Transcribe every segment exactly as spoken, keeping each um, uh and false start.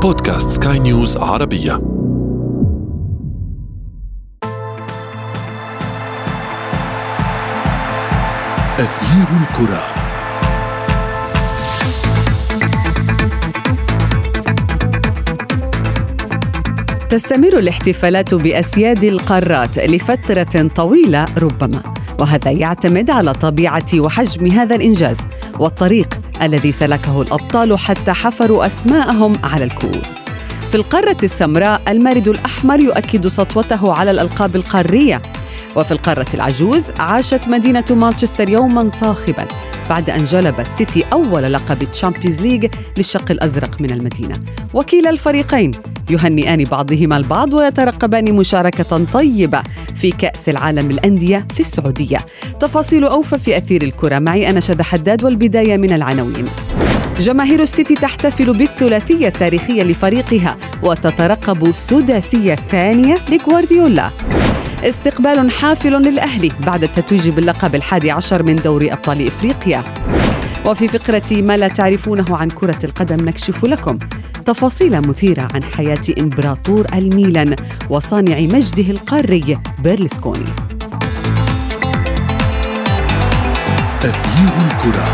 بودكاست سكاي نيوز عربية. أثير الكرة. تستمر الاحتفالات بأسياد القارات لفترة طويلة ربما، وهذا يعتمد على طبيعة وحجم هذا الإنجاز والطريق الذي سلكه الأبطال حتى حفروا أسماءهم على الكؤوس. في القارة السمراء المارد الأحمر يؤكد سطوته على الألقاب القارية، وفي القارة العجوز عاشت مدينة مانشستر يوماً صاخباً بعد أن جلب السيتي أول لقب تشامبيونز ليج للشق الأزرق من المدينة، وكلا الفريقين يهنئان بعضهما البعض ويترقبان مشاركة طيبة في كأس العالم الأندية في السعودية. تفاصيل أوفى في أثير الكرة معي أنا شذى حداد، والبداية من العناوين. جماهير السيتي تحتفل بالثلاثية التاريخية لفريقها وتترقب السداسية الثانية لغوارديولا. استقبال حافل للأهلي بعد التتويج باللقب الحادي عشر من دوري أبطال إفريقيا. وفي فقرة ما لا تعرفونه عن كرة القدم نكشف لكم تفاصيل مثيرة عن حياة إمبراطور الميلان وصانع مجده القاري بيرلسكوني. أثير الكرة.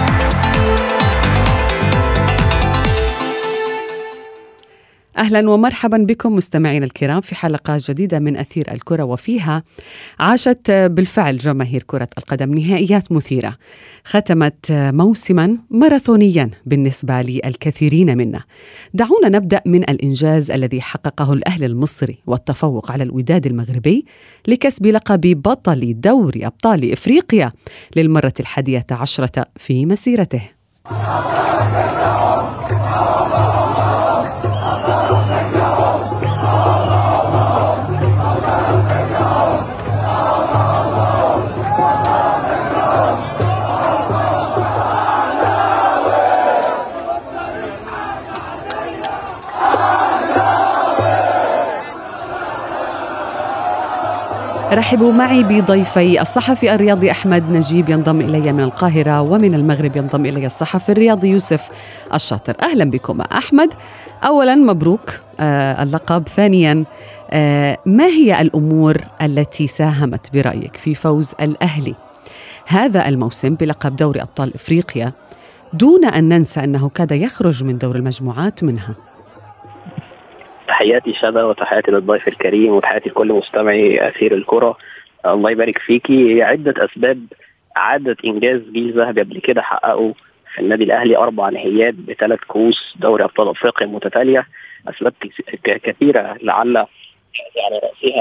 أهلا ومرحبا بكم مستمعين الكرام في حلقة جديدة من أثير الكرة، وفيها عاشت بالفعل جماهير كرة القدم نهائيات مثيرة ختمت موسما ماراثونيا بالنسبة للكثيرين منا. دعونا نبدأ من الإنجاز الذي حققه الأهلي المصري والتفوق على الوداد المغربي لكسب لقب بطل دوري أبطال إفريقيا للمرة الحادية عشرة في مسيرته. رحبوا معي بضيفي الصحفي الرياضي أحمد نجيب ينضم إلي من القاهرة، ومن المغرب ينضم إلي الصحفي الرياضي يوسف الشاطر. أهلا بكم. أحمد، أولا مبروك آه اللقب. ثانيا آه ما هي الأمور التي ساهمت برأيك في فوز الأهلي هذا الموسم بلقب دوري أبطال إفريقيا دون أن ننسى أنه كاد يخرج من دور المجموعات منها؟ تحياتي شذى وتحياتي للضيف الكريم وتحياتي لكل مستمعي أثير الكرة. الله يبارك فيكي. هي عدة أسباب عادت إنجاز جيل ذهبي قبل كده حققوا في النادي الأهلي أربع نهائيات بثلاث كؤوس دوري أبطال أفريقيا متتالية. أسباب كثيرة لعل على رأسها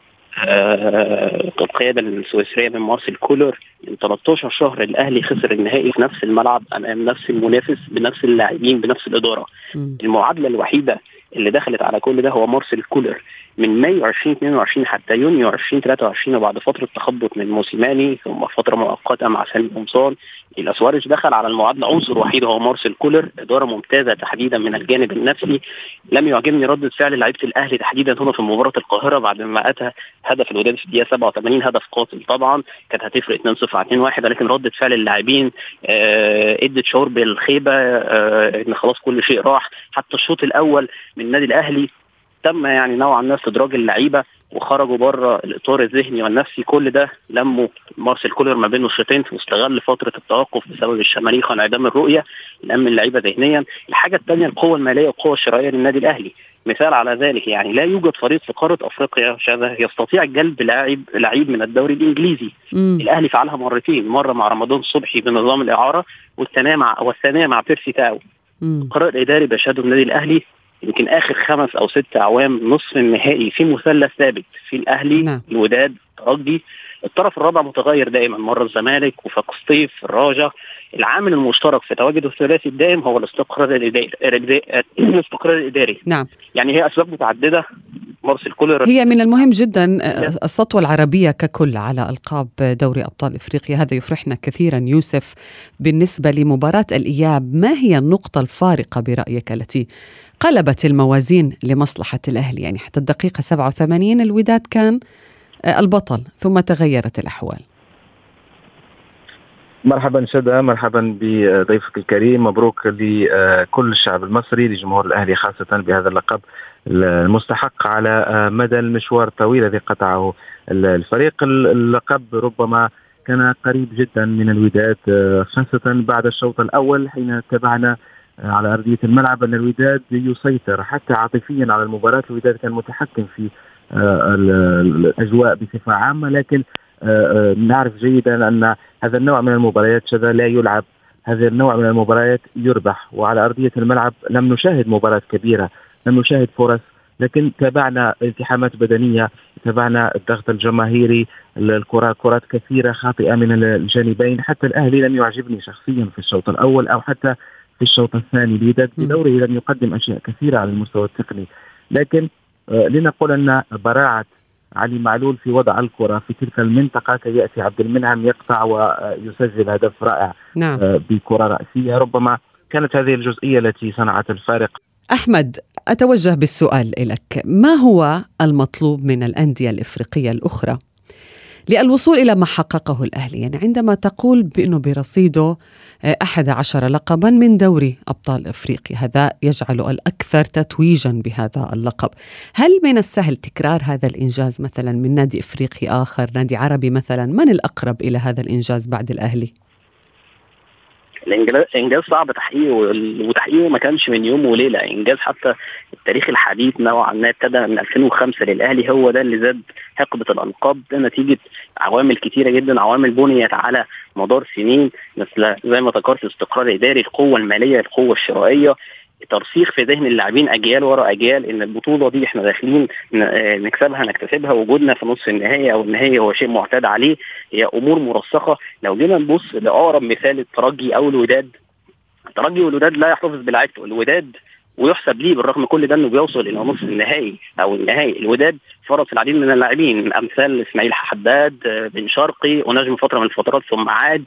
آه القيادة السويسرية من مارسيل كولر. من ثلاثة عشر شهر الأهلي خسر النهائي في نفس الملعب أمام نفس المنافس بنفس اللاعبين بنفس الإدارة. م. المعادلة الوحيدة اللي دخلت على كل ده هو مارسيل كولر. من مايو ألفين واثنين وعشرين حتى يونيو ألفين وثلاثة وعشرين، وبعد فترة تخبط من موسيماني ثم فترة مؤقتة مع سامي قمصان، الأسوارج دخل على المعادلة عنصر وحيد هو مارسيل كولر. إدارة ممتازة تحديدا من الجانب النفسي. لم يعجبني ردة فعل لعيبة الأهلي تحديدا هنا في مباراة القاهرة بعد ما أتى هدف الوداد في الدقيقة سبعة وثمانين، هدف قاتل طبعا، كانت هتفرق اثنين صفر اثنين واحد، لكن ردة فعل اللاعبين آه ادت شعور بالخيبة، آه ان خلاص كل شيء راح. حتى الشوط الأول من النادي الأهلي تم يعني نوعا ما استدراج اللعيبه وخرجوا بره الاطار الذهني والنفسي. كل ده لموا مارسيل كولر ما بين الشوطين واستغل فتره التوقف بسبب الشماريخ وانعدام الرؤيه، لم اللعيبه ذهنيا. الحاجه الثانيه القوه الماليه والقوه الشرائيه للنادي الاهلي. مثال على ذلك يعني لا يوجد فريق في قاره افريقيا شبه يستطيع جلب لاعب لعيب من الدوري الانجليزي. م. الاهلي فعلها مرتين، مره مع رمضان صبحي بنظام الاعاره، والثانيه مع والثانيه مع بيرسي تاو. القرار الاداري بشهاده النادي الاهلي يمكن آخر خمس أو ست أعوام نصف النهائي في مثلث ثابت في الأهلي، نعم. الوداد، الترجي. الطرف الرابع متغير دائما، مرة الزمالك وفاق سطيف الراجة. العامل المشترك في تواجد الثلاثي الدائم هو الاستقرار الإداري. الاستقرار الإداري نعم. يعني هي أسباب متعددة. مارسيل كولر هي من المهم جدا السطوة العربية ككل على ألقاب دوري أبطال إفريقيا، هذا يفرحنا كثيرا. يوسف، بالنسبة لمباراة الإياب ما هي النقطة الفارقة برأيك التي قلبت الموازين لمصلحة الأهلي؟ يعني حتى الدقيقة سبعة وثمانين الوداد كان البطل ثم تغيرت الأحوال. مرحبا شدا، مرحبا بضيفك الكريم، مبروك لكل الشعب المصري، لجمهور الأهلي خاصة بهذا اللقب المستحق على مدى المشوار الطويل الذي قطعه الفريق. اللقب ربما كان قريب جدا من الوداد، خاصة بعد الشوط الأول حين تابعنا على أرضية الملعب أن الوداد يسيطر حتى عاطفيا على المباراة. الوداد كان متحكم في الأجواء بصفة عامة، لكن نعرف جيدا أن هذا النوع من المباريات شذا لا يلعب، هذا النوع من المباريات يربح. وعلى أرضية الملعب لم نشاهد مباراة كبيرة، لم نشاهد فرص، لكن تابعنا التحامات بدنية، تابعنا الضغط الجماهيري، الكرات كرات كثيرة خاطئة من الجانبين. حتى الأهلي لم يعجبني شخصيا في الشوط الأول أو حتى في الشوط الثاني. الوداد بدوره لم يقدم أشياء كثيرة على المستوى التقني، لكن آه لنقول أن براعة علي معلول في وضع الكرة في تلك المنطقة كي يأتي عبد المنعم يقطع ويسجل هدف رائع نعم. آه بكرة رأسية، ربما كانت هذه الجزئية التي صنعت الفارق. أحمد، أتوجه بالسؤال إليك، ما هو المطلوب من الأندية الإفريقية الأخرى للوصول إلى ما حققه الأهلي؟ يعني عندما تقول بأنه برصيده أحد عشر لقبا من دوري أبطال إفريقيا، هذا يجعله الأكثر تتويجا بهذا اللقب. هل من السهل تكرار هذا الإنجاز مثلا من نادي إفريقي آخر، نادي عربي مثلا؟ من الأقرب إلى هذا الإنجاز بعد الأهلي؟ الإنجاز صعب تحقيقه، وتحقيقه ما كانش من يوم وليلة. إنجاز حتى التاريخ الحديث نوعا ما ابتدى من ألفين وخمسة للأهلي، هو ده اللي زاد حقبة الألقاب. ده نتيجة عوامل كتيرة جدا، عوامل بنيت على مدار سنين، مثل زي ما ذكرت استقرار إداري، القوة المالية، القوة الشرائية، ترسيخ في ذهن اللاعبين أجيال وراء أجيال إن البطولة دي إحنا داخلين نكسبها نكتسبها. وجودنا في نصف النهائي أو النهائي هو شيء معتاد عليه، هي أمور مرسخة. لو جينا نبص لأقرب مثال الترجي أو الوداد، الترجي والوداد لا يحتفظ بلعيبته. الوداد ويحسب ليه بالرغم من كل ده انه بيوصل الى نصف النهائي او النهائي. الوداد فرص العديد من اللاعبين، امثال اسماعيل حداد، بن شرقي، ونجم فتره من الفترات ثم عاد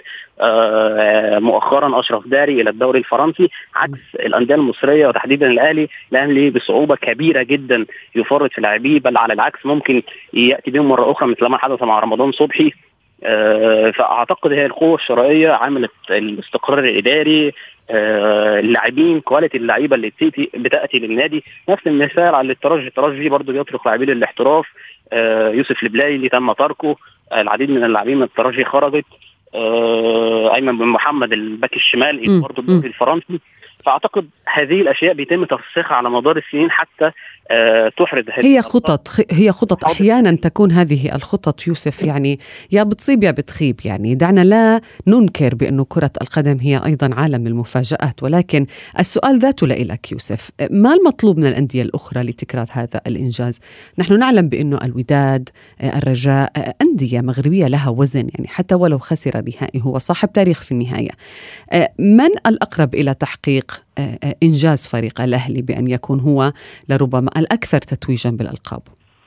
مؤخرا اشرف داري الى الدوري الفرنسي، عكس الانديه المصريه وتحديدا الاهلي. الاهلي بصعوبه كبيره جدا يفرط في لاعبيه، بل على العكس ممكن ياتي بهم مره اخرى مثل ما حدث مع رمضان صبحي. أه فأعتقد هي القوة الشرائية عملت الاستقرار الإداري، أه اللاعبين، كواليتي اللعيبة اللي بتأتي, بتأتي للنادي. نفس المثال على الترجي، الترجي برضو بيترك لاعبين للاحتراف. أه يوسف البلاي اللي تم تركه، أه العديد من اللاعبين من الترجي خرجت، أه أيمن بن محمد الباك الشمال اللي برضو الدوري الفرنسي. فأعتقد هذه الأشياء بيتم ترسيخها على مدار السنين حتى أه تحرز هي خطط هي خطط أحيانا تكون هذه الخطط يوسف يعني يا بتصيب يا بتخيب. يعني دعنا لا ننكر بأنه كرة القدم هي أيضا عالم المفاجآت، ولكن السؤال ذاته لإلك يوسف، ما المطلوب من الأندية الأخرى لتكرار هذا الإنجاز؟ نحن نعلم بأنه الوداد، الرجاء، أندية مغربية لها وزن، يعني حتى ولو خسر نهائي هو صاحب تاريخ في النهاية. من الأقرب إلى تحقيق إنجاز فريق الأهلي بأن يكون هو لربما الأكثر تتويجا بالألقاب؟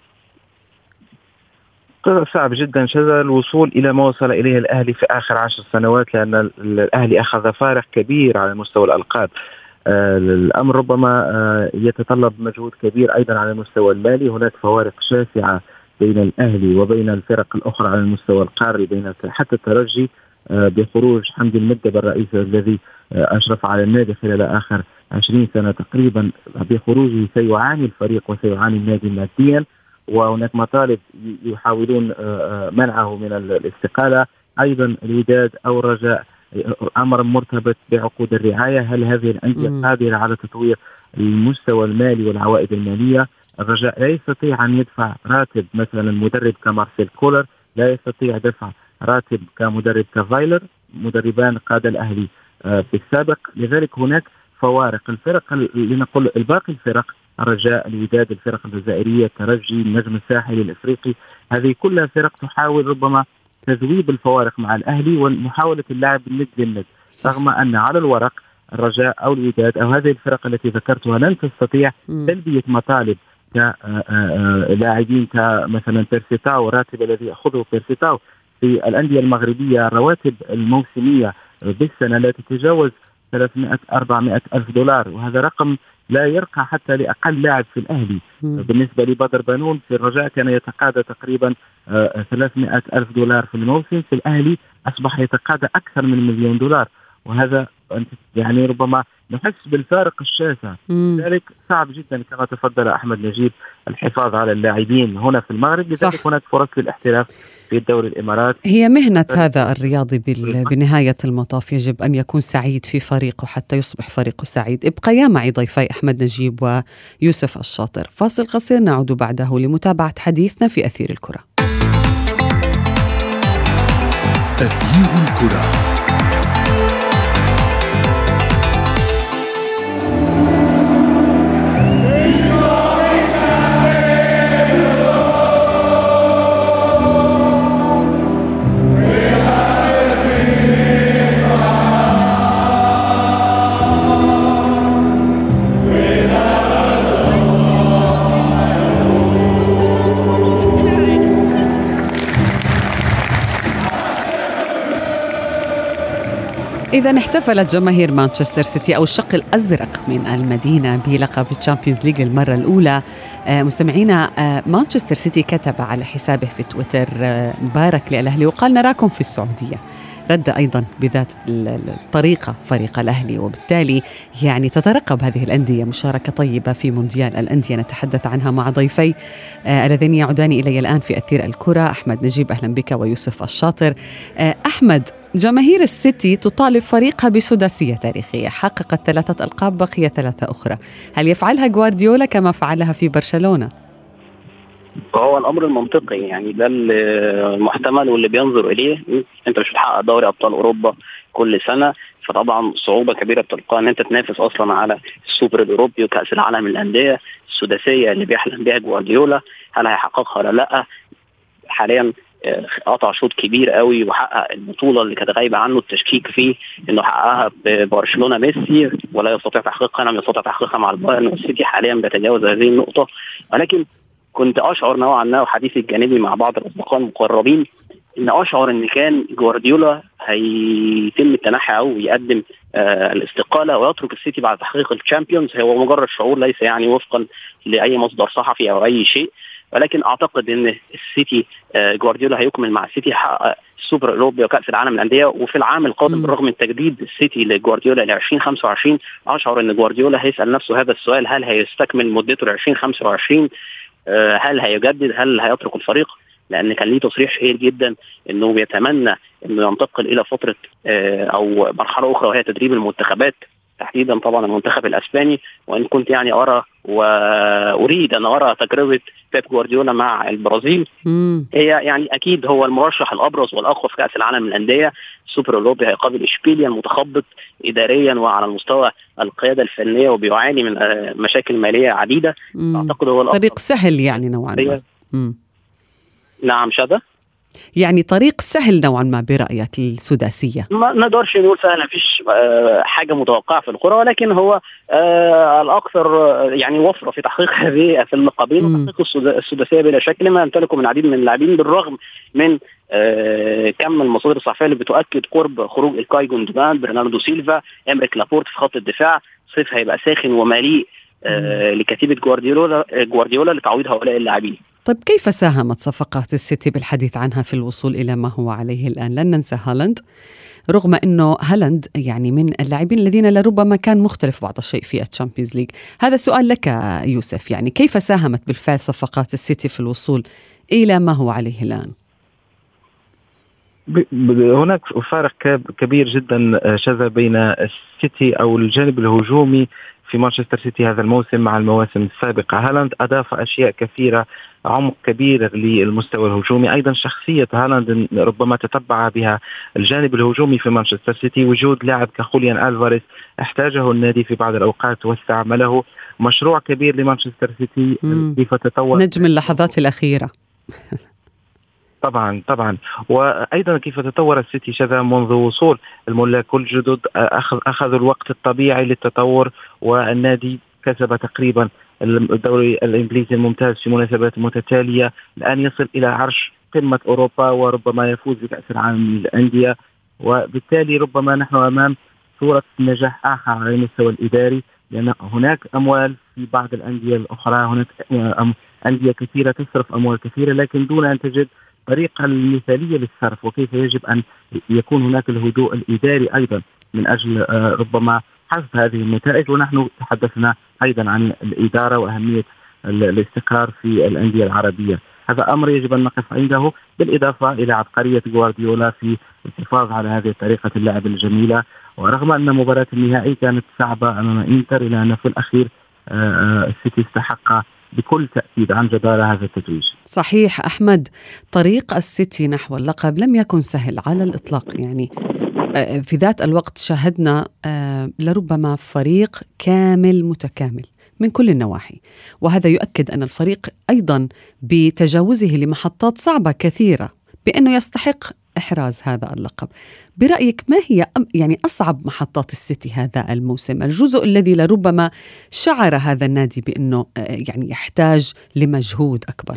صعب جدا شذا الوصول إلى ما وصل إليه الأهلي في آخر عشر سنوات، لأن الأهلي أخذ فارق كبير على مستوى الألقاب. آه الأمر ربما آه يتطلب مجهود كبير أيضا على المستوى المالي. هناك فوارق شاسعة بين الأهلي وبين الفرق الأخرى على المستوى القاري، بين حتى الترجي آه بخروج حمدي المدبر الرئيس الذي آه أشرف على النادي خلال آخر عشرين سنة تقريبا، بخروجه سيعاني الفريق وسيعاني النادي ماديا، وهناك مطالب يحاولون منعه من الاستقالة. أيضا الوداد أو الرجاء أمر مرتبط بعقود الرعاية، هل هذه الأندية قادرة على تطوير المستوى المالي والعوائد المالية؟ الرجاء لا يستطيع أن يدفع راتب مثلا مدرب كمارسيل كولر، لا يستطيع دفع راتب كمدرب كفايلر، مدربان قاد الأهلي في السابق. لذلك هناك فوارق. الفرق لنقول الباقي الفرق، الرجاء، الوداد، الفرق الجزائرية، الترجي، النجم الساحلي الافريقي، هذه كلها فرق تحاول ربما تذويب الفوارق مع الاهلي ومحاولة اللعب ند للند، رغم ان على الورق الرجاء او الوداد او هذه الفرق التي ذكرتها لن تستطيع تلبية مطالب كلاعبين كمثلا بيرسيتاو، راتب الذي ياخذه بيرسيتاو في الاندية المغربية، الرواتب الموسمية بالسنة لا تتجاوز ثلاثمائة أربعمائة ألف دولار، وهذا رقم لا يرقى حتى لأقل لاعب في الأهلي. م. بالنسبة لبدر بنون في الرجاء كان يتقاضى تقريبا ثلاثمائة ألف دولار في الموسم، في الأهلي أصبح يتقاضى أكثر من مليون دولار، وهذا يعني ربما نحس بالفارق الشاسع. لذلك صعب جدا كما تفضل أحمد نجيب الحفاظ على اللاعبين هنا في المغرب، لذلك هناك فرص للاحتراف في الدوري الإمارات. هي مهنة هذا الرياضي بنهاية المطاف، يجب أن يكون سعيد في فريقه حتى يصبح فريقه سعيد. ابقيا معي ضيفي أحمد نجيب ويوسف الشاطر. فاصل قصير نعود بعده لمتابعة حديثنا في أثير الكرة. أثير الكرة. إذا احتفلت جماهير مانشستر سيتي أو الشق الأزرق من المدينة بلقب الشامبيونز ليج المرة الأولى. آه مستمعينا، آه مانشستر سيتي كتب على حسابه في تويتر آه مبارك للأهلي وقال نراكم في السعودية. رد أيضا بذات الطريقة فريق الأهلي، وبالتالي يعني تترقب هذه الأندية مشاركة طيبة في مونديال الأندية نتحدث عنها مع ضيفي آه الذين يعودان إلي الآن في أثير الكرة، أحمد نجيب أهلا بك ويوسف الشاطر. آه أحمد، جماهير السيتي تطالب فريقها بسداسية تاريخية، حققت ثلاثة ألقاب بقي ثلاثة أخرى، هل يفعلها غوارديولا كما فعلها في برشلونة؟ هو الأمر المنطقي، يعني ده المحتمل واللي بينظر إليه. أنت مش بتحقق دوري أبطال أوروبا كل سنة، فطبعا صعوبة كبيرة بتلقاها أن أنت تنافس أصلا على السوبر الأوروبي وكأس العالم للأندية. السداسية اللي بيحلم بها غوارديولا هل هيحققها ولا لأ؟ حاليا قطع شوط كبير قوي وحقق البطولة اللي كانت غايبة عنه التشكيك فيه انه حققها ببرشلونة ميسي، ولا يستطيع تحقيقها، لم يستطيع تحقيقها مع البايرن، والسيتي حاليا بيتجاوز هذه النقطة. ولكن كنت أشعر نوعا ما، وحديثي الجانبي مع بعض الأصدقاء المقربين، ان أشعر ان كان غوارديولا هيتم التنحي او يقدم آه الاستقالة ويترك السيتي بعد تحقيق الشامبيونز. هو مجرد شعور ليس يعني وفقا لأي مصدر صحفي او اي شيء، ولكن اعتقد ان السيتي آه غوارديولا هيكمل مع السيتي، حقق السوبر الاوروبي وكأس العالم للأندية. وفي العام القادم بالرغم من تجديد السيتي لغوارديولا ل ألفين وخمسة وعشرين، اشعر ان غوارديولا هيسأل نفسه هذا السؤال: هل هيستكمل مدته ل ألفين وخمسة وعشرين؟ آه هل هيجدد؟ هل هيترك الفريق؟ لأن كان ليه تصريح شهير جدا أنه بيتمنى أنه ينتقل إلى فترة آه أو مرحلة أخرى وهي تدريب المنتخبات، تحديدا طبعا المنتخب الأسباني. وإن كنت يعني أرى وأريد أن أرى تجربة بيب غوارديولا مع البرازيل، مم. هي يعني أكيد هو المرشح الأبرز والأقوى في كأس العالم للأندية. السوبر الأوروبي هيقابل إشبيليا المتخبط إداريا وعلى المستوى القيادة الفنية وبيعاني من آه مشاكل مالية عديدة. أعتقد هو طريق سهل يعني نوعا ما. نعم شذا، يعني طريق سهل نوعا ما برأيك السداسية؟ ما نقدرش نقول سهل، مفيش حاجة متوقعة في الكرة، ولكن هو الأكثر يعني وفرة في تحقيق هذه في اللقبين وتحقيق السداسية بلا شك، لما يمتلكه من العديد من اللاعبين، بالرغم من كم المصادر الصحفية اللي بتؤكد قرب خروج إلكاي جوندوجان، برناردو سيلفا، إمريك لابورت في خط الدفاع. صيف هيبقى ساخن ومليء لكتيبة غوارديولا غوارديولا لتعويض هؤلاء اللاعبين. طيب كيف ساهمت صفقات السيتي بالحديث عنها في الوصول إلى ما هو عليه الآن؟ لن ننسى هالاند، رغم أنه هالاند يعني من اللاعبين الذين لربما كان مختلف بعض الشيء في الشامبيونز ليج. هذا السؤال لك يوسف، يعني كيف ساهمت بالفعل صفقات السيتي في الوصول إلى ما هو عليه الآن؟ هناك فارق كبير جدا شذا بين السيتي أو الجانب الهجومي في مانشستر سيتي هذا الموسم مع المواسم السابقة. هالاند أضاف أشياء كثيرة، عمق كبير للمستوى الهجومي، أيضا شخصية هالاند ربما تتبع بها الجانب الهجومي في مانشستر سيتي. وجود لاعب كخوليان ألفاريز احتاجه النادي في بعض الأوقات واستعمله. مشروع كبير لمانشستر سيتي كيف تطور، نجم اللحظات الأخيرة. طبعا طبعا وأيضا كيف تطور السيتي شذا منذ وصول الملاك الجدد، أخذ أخذوا الوقت الطبيعي للتطور، والنادي كسب تقريبا الدوري الإنجليزي الممتاز في مناسبات متتالية، الآن يصل إلى عرش قمة أوروبا وربما يفوز بكأس العالم للأندية. وبالتالي ربما نحن أمام صورة نجاح آخر على المستوى الإداري، لأن هناك أموال في بعض الأندية الأخرى، هناك أندية كثيرة تصرف أموال كثيرة لكن دون أن تجد طريقة المثالية للصرف، وكيف يجب أن يكون هناك الهدوء الإداري أيضا من أجل ربما حفظ هذه النتائج. ونحن تحدثنا أيضا عن الإدارة وأهمية الاستقرار في الأندية العربية، هذا أمر يجب أن نقف عنده، بالإضافة إلى عبقرية غوارديولا في الحفاظ على هذه طريقة اللعب الجميلة. ورغم أن مباراة النهائي كانت صعبة أمام إنتر، إلى أن في الأخير السيتي استحق بكل تأكيد عن جدارة هذا التتويج. صحيح أحمد، طريق السيتي نحو اللقب لم يكن سهل على الإطلاق، يعني في ذات الوقت شاهدنا لربما فريق كامل متكامل من كل النواحي، وهذا يؤكد أن الفريق أيضا بتجاوزه لمحطات صعبة كثيرة بأنه يستحق إحراز هذا اللقب. برأيك ما هي يعني أصعب محطات السيتي هذا الموسم، الجزء الذي لربما شعر هذا النادي بأنه يعني يحتاج لمجهود أكبر؟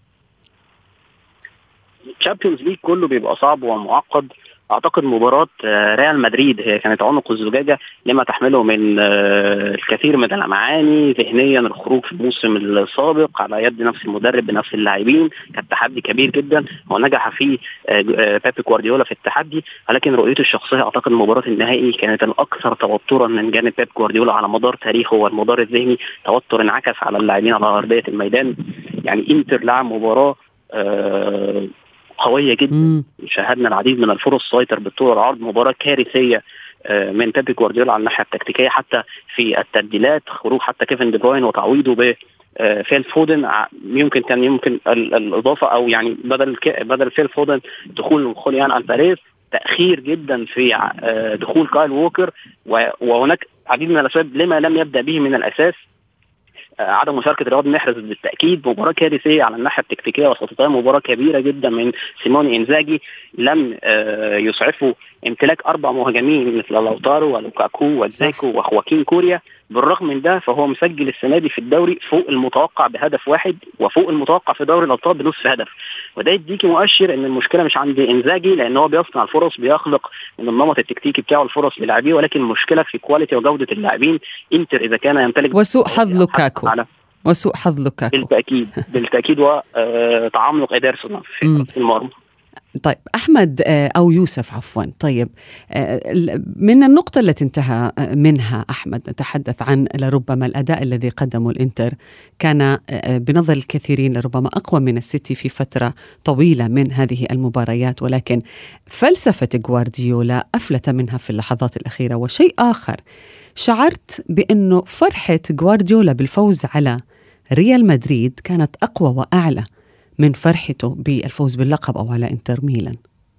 الشامبيونز ليج كله بيبقى صعب ومعقد. أعتقد مباراة ريال مدريد هي كانت عنق الزجاجة لما تحمله من الكثير من المعاني ذهنيا، الخروج في الموسم السابق على يد نفس المدرب بنفس اللاعبين كان تحدي كبير جدا، ونجح فيه بيب غوارديولا في التحدي. ولكن رؤيته الشخصية أعتقد مباراة النهائي كانت الأكثر توترا من جانب بيب غوارديولا على مدار تاريخه، والمدار الذهني توتر انعكس على اللاعبين على أرضية الميدان. يعني إنتر لعب مباراة أه قوية جدا، شاهدنا العديد من الفرص سيطر بالطول والعرض، مباراة كارثية من بيب غوارديولا على الناحية التكتيكية، حتى في التبديلات، خروج حتى كيفن دي بروين وتعويضه ب فيل فودن، يمكن كان يمكن الإضافة أو يعني بدل بدل فيل فودن دخول خوليان ألفاريز، تأخير جدا في دخول كايل ووكر، وهناك عديد من الأسباب لما لم يبدأ به من الأساس. عدم مشاركة رياض محرز بالتأكيد، مباراة كارثية على الناحية التكتيكية والخططية، مباراة كبيرة جدا من سيموني إنزاجي لم يسعفوا امتلاك أربع مهاجمين مثل لوتارو ولوكاكو وزيكو وخواكين كوريا. بالرغم من ده فهو مسجل السنة دي في الدوري فوق المتوقع بهدف واحد، وفوق المتوقع في دوري الأبطال بنصف هدف، وده يديكي مؤشر ان المشكلة مش عند إنزاجي، لأن هو بيصنع الفرص، بيخلق من النمط التكتيكي بتاعه الفرص للاعبيه، ولكن المشكلة في كواليتي وجودة اللاعبين. إنتر إذا كان يمتلك وسوء حظ لوكاكو وسوء حظ لوكاكو بالتأكيد بالتأكيد وتعمق إدارسون في المرمى. طيب أحمد أو يوسف عفوا، طيب من النقطة التي انتهى منها أحمد نتحدث عن لربما الأداء الذي قدمه الإنتر، كان بنظر الكثيرين لربما أقوى من السيتي في فترة طويلة من هذه المباريات، ولكن فلسفة غوارديولا أفلت منها في اللحظات الأخيرة. وشيء آخر، شعرت بأنه فرحة غوارديولا بالفوز على ريال مدريد كانت أقوى وأعلى من فرحته بالفوز باللقب أو على إنتر ميلان.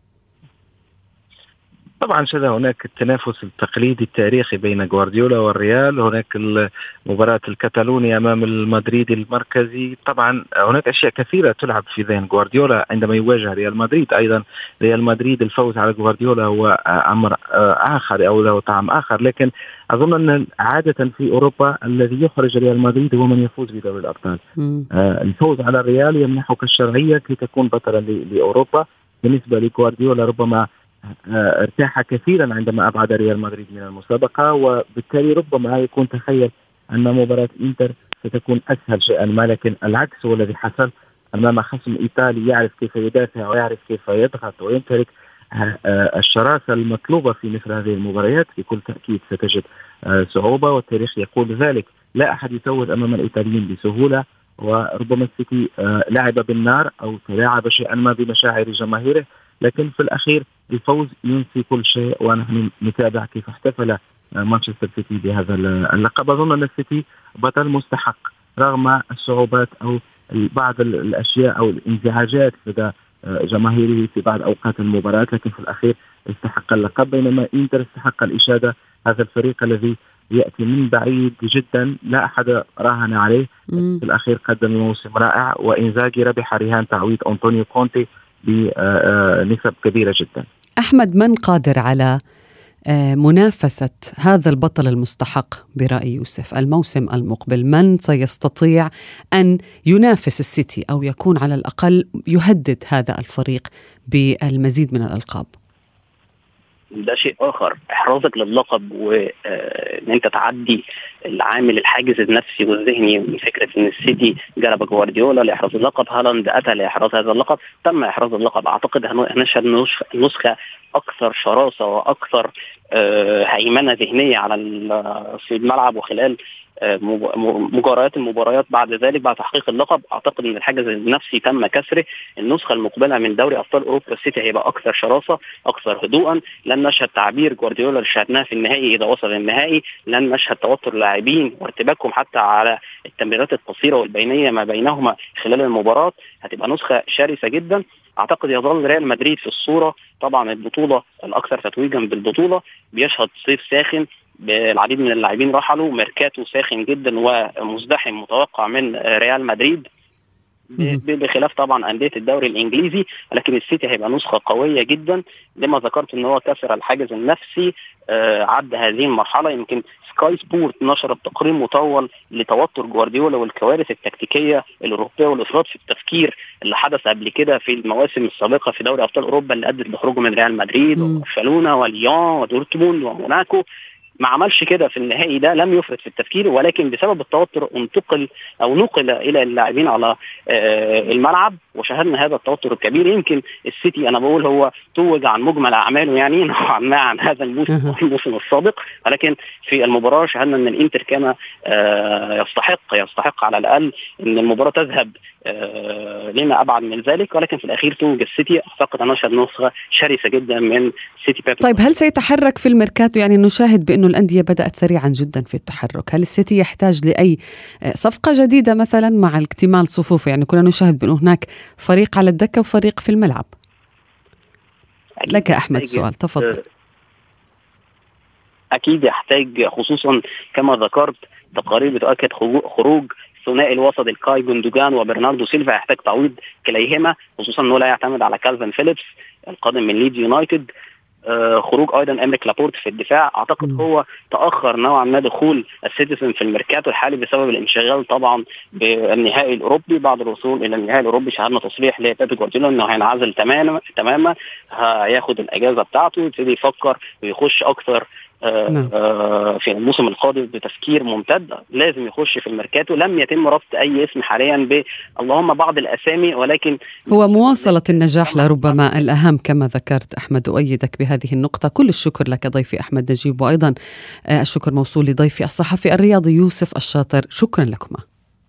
طبعا شذا هناك التنافس التقليدي التاريخي بين غوارديولا والريال، هناك مباراة الكتالونيا أمام المدريد المركزي، طبعا هناك أشياء كثيرة تلعب في ذهن غوارديولا عندما يواجه ريال مدريد. أيضا ريال مدريد الفوز على غوارديولا هو أمر آخر أو له طعم آخر، لكن أظن أن عادة في أوروبا الذي يخرج ريال مدريد هو من يفوز بدوري الأبطال. آه الفوز على الريال يمنحك الشرعية كي تكون بطلا لأوروبا. بالنسبة لغوارديولا ربما ارتاح كثيرا عندما أبعد ريال مدريد من المسابقة، وبالتالي ربما يكون تخيل أن مباراة إنتر ستكون أسهل شيئا ما، لكن العكس هو الذي حصل أمام خصم إيطالي يعرف كيف يدافع ويعرف كيف يضغط ويمتلك الشراسة المطلوبة في مثل هذه المباريات. بكل تأكيد ستجد صعوبة، والتاريخ يقول ذلك، لا أحد يفوز أمام الإيطاليين بسهولة، وربما السيتي لعب بالنار أو تلاعب شيئا ما بمشاعر جماهيره، لكن في الأخير الفوز ينسي كل شيء، ونحن نتابع كيف احتفل مانشستر سيتي بهذا اللقب. أظن أن السيتي بطل مستحق رغم الصعوبات أو بعض الأشياء أو الانزعاجات لدى جماهيره في بعض أوقات المباراة، لكن في الأخير استحق اللقب، بينما إنتر استحق الإشادة. هذا الفريق الذي يأتي من بعيد جدا لا أحد راهن عليه، في الأخير قدم موسم رائع، وإنزاغي ربح رهان تعويض أنطونيو كونتي بنسب كبيرة جدا. أحمد، من قادر على منافسة هذا البطل المستحق برأي يوسف الموسم المقبل؟ من سيستطيع أن ينافس السيتي أو يكون على الأقل يهدد هذا الفريق بالمزيد من الألقاب؟ ده شيء آخر. إحرازك للقب وإن أنت تعدي العامل الحاجز النفسي والذهني من فكرة إن السيتي جلب جوارديولا لإحراز اللقب، هالاند أتى لإحراز هذا اللقب، تم إحراز اللقب. أعتقد هنشهد نسخة أكثر شراسة وأكثر هيمنة ذهنية على في الملعب وخلال مجريات المباريات بعد ذلك بعد تحقيق اللقب. اعتقد ان الحاجز النفسي تم كسره. النسخه المقبله من دوري ابطال اوروبا السيتي هيبقى اكثر شراسه، اكثر هدوءا. لن نشهد تعبير جوارديولا اللي شاهدناه في النهائي اذا وصل النهائي، لن نشهد توتر اللاعبين وارتباكهم حتى على التمريرات القصيره والبينيه ما بينهما خلال المباراه. هتبقى نسخه شرسه جدا. اعتقد يظل ريال مدريد في الصوره، طبعا البطوله الاكثر تتويجا بالبطوله، بيشهد صيف ساخن، العديد من اللاعبين رحلوا، ميركاتو ساخن جدا ومزدحم متوقع من ريال مدريد بخلاف طبعا أندية الدوري الإنجليزي. لكن السيتي هيبقى نسخة قوية جدا لما ذكرت ان هو كسر الحاجز النفسي، آه عد هذه المرحلة. يمكن سكاي سبورت نشرت تقرير مطول لتوتر جوارديولا والكوارث التكتيكية الأوروبية والإفراط في التفكير اللي حدث قبل كده في المواسم السابقة في دوري أبطال أوروبا اللي أدت لخروجه من ريال مدريد وبرشلونة وليون ودورتموند وموناكو. ما عملش كده في النهائي ده، لم يفرط في التفكير، ولكن بسبب التوتر انتقل او نقل الى اللاعبين على الملعب وشاهدنا هذا التوتر الكبير. يمكن السيتي انا بقول هو توج عن مجمل اعماله يعني نوعا ما عن هذا الموسم الموسم السابق، ولكن في المباراه شاهدنا ان الانتر كان يستحق يستحق على الاقل ان المباراه تذهب لما ابعد من ذلك، ولكن في الاخير توج السيتي. اعتقد ان نشهد نسخه شرسه جدا من سيتي بيب. طيب هل سيتحرك في الميركاتو؟ يعني نشاهد بانه الانديه بدات سريعا جدا في التحرك. هل السيتي يحتاج لاي صفقه جديده مثلا مع اكتمال صفوفه؟ يعني كنا نشاهد بانه هناك فريق على الدكه وفريق في الملعب. لك احمد سؤال، تفضل. اكيد يحتاج، خصوصا كما ذكرت تقارير بتؤكد خروج ثنائي الوسط الكاي جوندوجان وبرناردو سيلفا، يحتاج تعويض كليهما، خصوصا انه لا يعتمد على كالفين فيليبس القادم من ليدز يونايتد. آه خروج ايضا امريك لابورت في الدفاع. اعتقد م. هو تاخر نوعا ما دخول السيتيزن في الميركاتو الحالي بسبب الانشغال طبعا بالنهائي الاوروبي. بعد الوصول الى النهائي الاوروبي شاهدنا تصريح لبيب جوارديولا انه هينعزل تماما تماما، هياخد الاجازه بتاعته، يبتدي يفكر ويخش اكثر آه نعم. آه في الموسم القادم بتفكير ممتد. لازم يخش في الميركاتو. لم يتم ربط اي اسم حاليا ب اللهم بعض الاسامي، ولكن هو مواصله النجاح لربما الاهم كما ذكرت. احمد، اؤيدك بهذه النقطه. كل الشكر لك ضيفي احمد نجيب، وايضا آه الشكر موصول لضيفي الصحفي الرياضي يوسف الشاطر. شكرا لكما.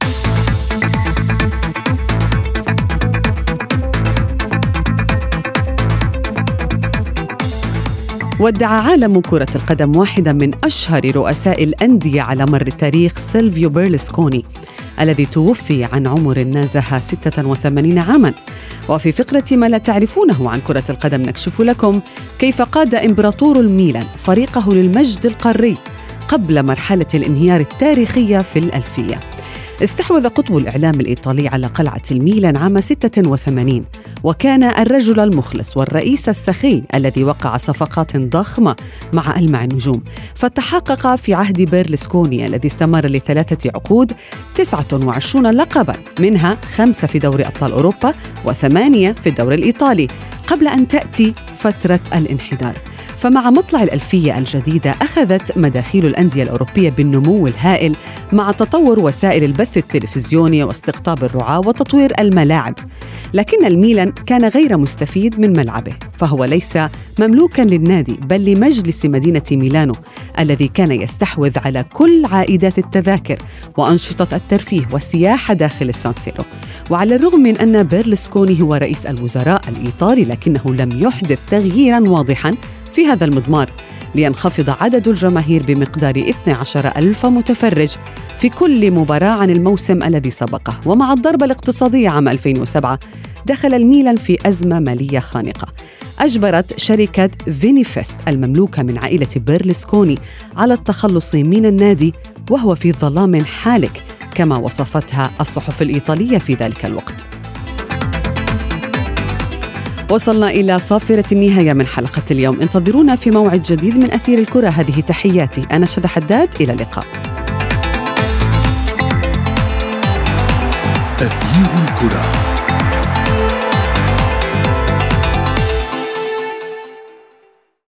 ودع عالم كرة القدم واحدا من أشهر رؤساء الأندية على مر التاريخ، سيلفيو بيرلسكوني، الذي توفي عن عمر نازها ستة وثمانين عاما. وفي فقرة ما لا تعرفونه عن كرة القدم نكشف لكم كيف قاد إمبراطور الميلان فريقه للمجد القاري قبل مرحلة الانهيار التاريخية في الألفية. استحوذ قطب الإعلام الإيطالي على قلعة الميلان عام ستة وثمانين، وكان الرجل المخلص والرئيس السخي الذي وقع صفقات ضخمة مع ألمع النجوم. فتحقق في عهد بيرلسكوني الذي استمر لثلاثة عقود تسعة وعشرين لقباً، منها خمسة في دوري أبطال أوروبا وثمانية في الدوري الإيطالي، قبل أن تأتي فترة الانحدار. فمع مطلع الألفية الجديدة أخذت مداخيل الأندية الأوروبية بالنمو الهائل مع تطور وسائل البث التلفزيوني واستقطاب الرعاة وتطوير الملاعب. لكن الميلان كان غير مستفيد من ملعبه، فهو ليس مملوكاً للنادي بل لمجلس مدينة ميلانو الذي كان يستحوذ على كل عائدات التذاكر وأنشطة الترفيه والسياحة داخل السانسيرو. وعلى الرغم من أن بيرلسكوني هو رئيس الوزراء الإيطالي، لكنه لم يحدث تغييراً واضحاً في هذا المضمار، لينخفض عدد الجماهير بمقدار اثني عشر ألف متفرج في كل مباراة عن الموسم الذي سبقه. ومع الضربة الاقتصادية عام ألفين وسبعة دخل الميلان في أزمة مالية خانقة أجبرت شركة فينيفست المملوكة من عائلة بيرلسكوني على التخلص من النادي وهو في ظلام حالك كما وصفتها الصحف الإيطالية في ذلك الوقت. وصلنا إلى صافرة النهاية من حلقة اليوم. انتظرونا في موعد جديد من أثير الكرة. هذه تحياتي، أنا شذى حداد، إلى اللقاء. أثير الكرة.